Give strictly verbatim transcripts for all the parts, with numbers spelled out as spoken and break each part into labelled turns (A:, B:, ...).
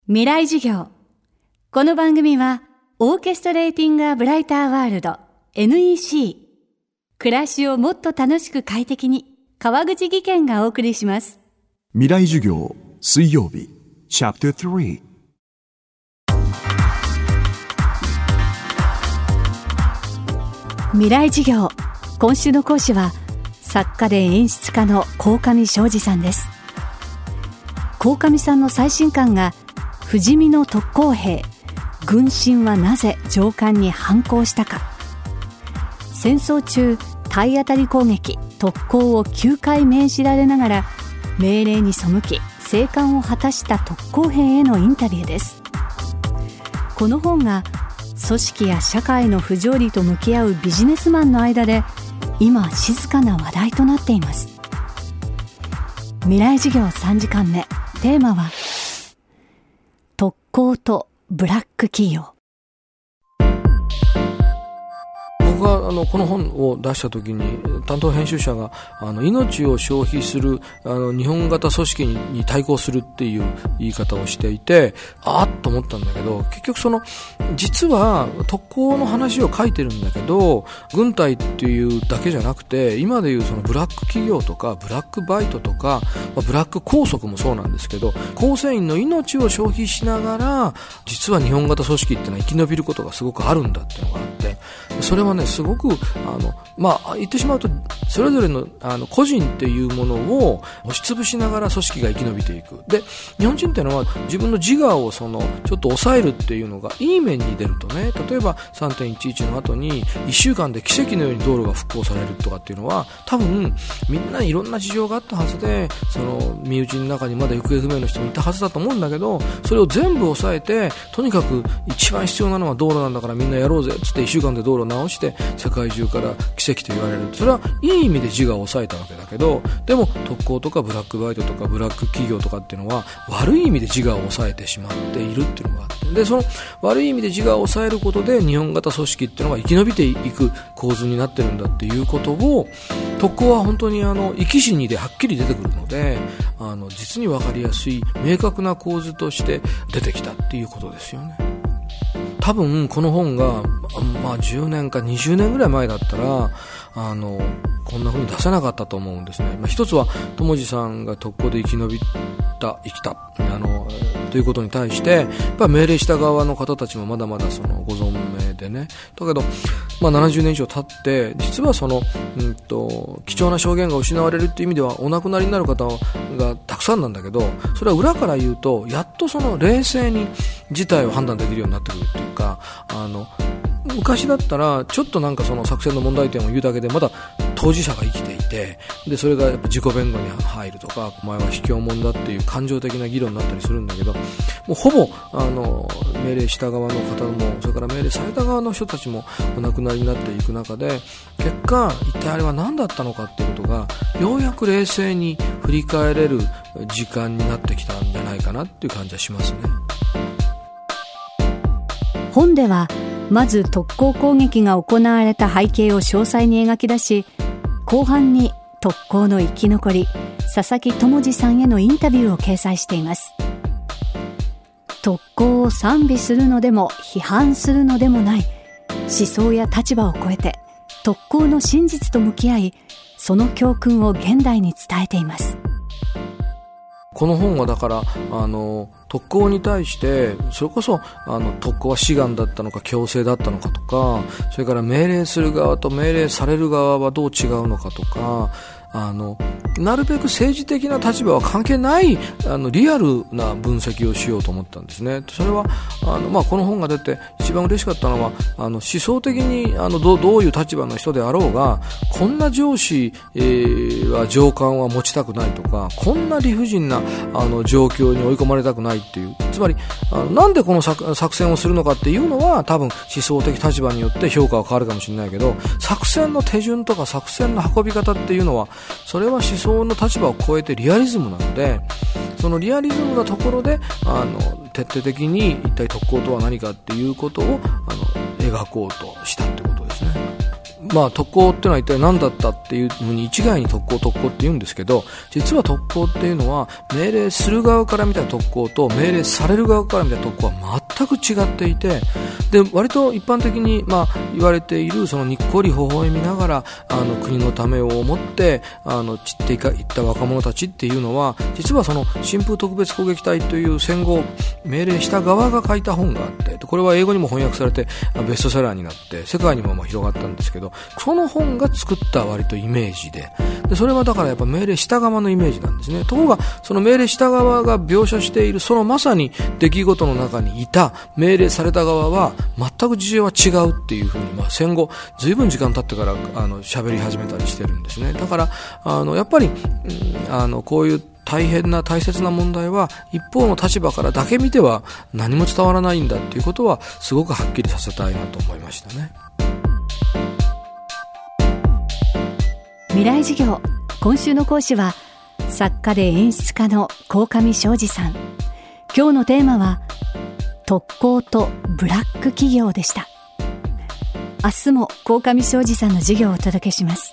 A: 未来授業。この番組はオーケストレーティング・ア・ブライター・ワールド エヌイーシー 暮らしをもっと楽しく快適に川口義賢がお送りします。
B: 未来授業水曜日チャプタースリー。
A: 未来授業、今週の講師は作家で演出家の鴻上尚史さんです。鴻上さんの最新刊が不死身の特攻兵、軍神はなぜ上官に反抗したか。戦争中、体当たり攻撃、特攻をきゅうかい命じられながら命令に背き生還を果たした特攻兵へのインタビューです。この本が組織や社会の不条理と向き合うビジネスマンの間で今静かな話題となっています。未来授業さんじかんめ、テーマは特攻とブラック企業。
C: 僕はあのこの本を出した時に担当編集者があの命を消費するあの日本型組織 に, に対抗するっていう言い方をしていて、あーっと思ったんだけど、結局その実は特攻の話を書いてるんだけど、軍隊っていうだけじゃなくて今でいうそのブラック企業とかブラックバイトとか、まあ、ブラック拘束もそうなんですけど、構成員の命を消費しながら実は日本型組織っていうのは生き延びることがすごくあるんだっていうのがあって、それはねすごくあのまあ言ってしまうとそれぞれのあの個人っていうものを押しつぶしながら組織が生き延びていく。で、日本人っていうのは自分の自我をそのちょっと抑えるっていうのがいい面に出るとね、例えば さんてんいちいち の後にいっしゅうかんで奇跡のように道路が復興されるとかっていうのは、多分みんないろんな事情があったはずで、その身内の中にまだ行方不明の人もいたはずだと思うんだけど、それを全部抑えて、とにかく一番必要なのは道路なんだからみんなやろうぜっつっていっしゅうかんで道路を直して世界中から奇跡と言われる。それはいい意味で自我を抑えたわけだけど、でも特攻とかブラックバイトとかブラック企業とかっていうのは悪い意味で自我を抑えてしまっているっていうのがあって、でその悪い意味で自我を抑えることで日本型組織っていうのが生き延びていく構図になってるんだっていうことを、特攻は本当にあの生き死にではっきり出てくるので、あの実に分かりやすい明確な構図として出てきたっていうことですよね。多分この本が、まあ、じゅうねんかにじゅうねんぐらい前だったらあのこんな風に出せなかったと思うんですね。まあ、一つは友次さんが特攻で生き延びた生きたあのということに対してやっぱ命令した側の方たちもまだまだそのご存命でね、だけど、まあ、ななじゅうねん以上経って実はその、うんと、貴重な証言が失われるっていう意味ではお亡くなりになる方がたくさんなんだけど、それは裏から言うとやっとその冷静に事態を判断できるようになってくるっていうか、あの昔だったらちょっとなんかその作戦の問題点を言うだけでまだ当事者が生きていて、でそれがやっぱ自己弁護に入るとか、お前は卑怯者だっていう感情的な議論になったりするんだけど、もうほぼあの命令した側の方もそれから命令された側の人たちもお亡くなりになっていく中で、結果一体あれは何だったのかっていうことがようやく冷静に振り返れる時間になってきたんじゃないかなっていう感じはしますね。
A: 本ではまず特攻攻撃が行われた背景を詳細に描き出し、後半に特攻の生き残り佐々木友次さんへのインタビューを掲載しています。特攻を賛美するのでも批判するのでもない思想や立場を超えて特攻の真実と向き合い、その教訓を現代に伝えています。
C: この本はだからあの特攻に対してそれこそあの特攻は志願だったのか強制だったのかとか、それから命令する側と命令される側はどう違うのかとか、あのなるべく政治的な立場は関係ないあのリアルな分析をしようと思ったんですね。それはあの、まあ、この本が出て一番嬉しかったのはあの思想的にあの ど, どういう立場の人であろうがこんな上司、えー、は上官は持ちたくないとか、こんな理不尽なあの状況に追い込まれたくないっていう、つまりあのなんでこの 作, 作戦をするのかっていうのは多分思想的立場によって評価は変わるかもしれないけど、作戦の手順とか作戦の運び方っていうのはそれは思想の立場を超えてリアリズムなので、そのリアリズムなところであの徹底的に一体特攻とは何かっていうことをあの描こうとしたってことですね。 まあ、特攻っていうのは一体何だったっていうふうに一概に特攻特攻って言うんですけど、実は特攻っていうのは命令する側から見た特攻と命令される側から見た特攻は全く違っていて、で割と一般的に、まあ、言われているそのにっこり微笑みながらあの国のためを思ってあの散っていかいった若者たちっていうのは、実はその新風特別攻撃隊という戦後命令した側が書いた本があって、これは英語にも翻訳されてベストセラーになって世界にもまあ広がったんですけど、その本が作った割とイメージで、でそれはだからやっぱ命令した側のイメージなんですね。ところがその命令した側が描写しているそのまさに出来事の中にいた命令された側は全く事情は違うっていうふうに、まあ、戦後ずいぶん時間経ってからあの喋り始めたりしてるんですね。だからあのやっぱり、うん、あのこういう大変な大切な問題は一方の立場からだけ見ては何も伝わらないんだっていうことはすごくはっきりさせたいなと思いましたね。
A: 未来授業、今週の講師は作家で演出家の鴻上尚史さん。今日のテーマは特攻とブラック企業でした。明日も鴻上尚史さんの授業をお届けします。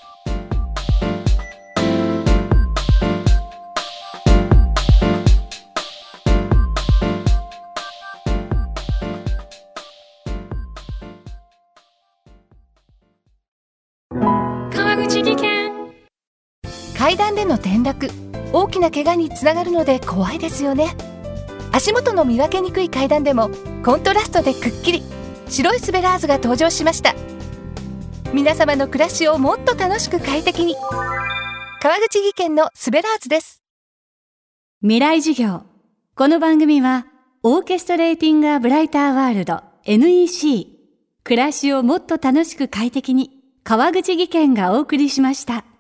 D: 階段での転落、大きな怪我につながるので怖いですよね。足元の見分けにくい階段でもコントラストでくっきり白いスベラーズが登場しました。皆様の暮らしをもっと楽しく快適に、川口技研のスベラーズです。
A: 未来授業、この番組はオーケストレーティングアブライターワールド エヌイーシー、 暮らしをもっと楽しく快適に、川口技研がお送りしました。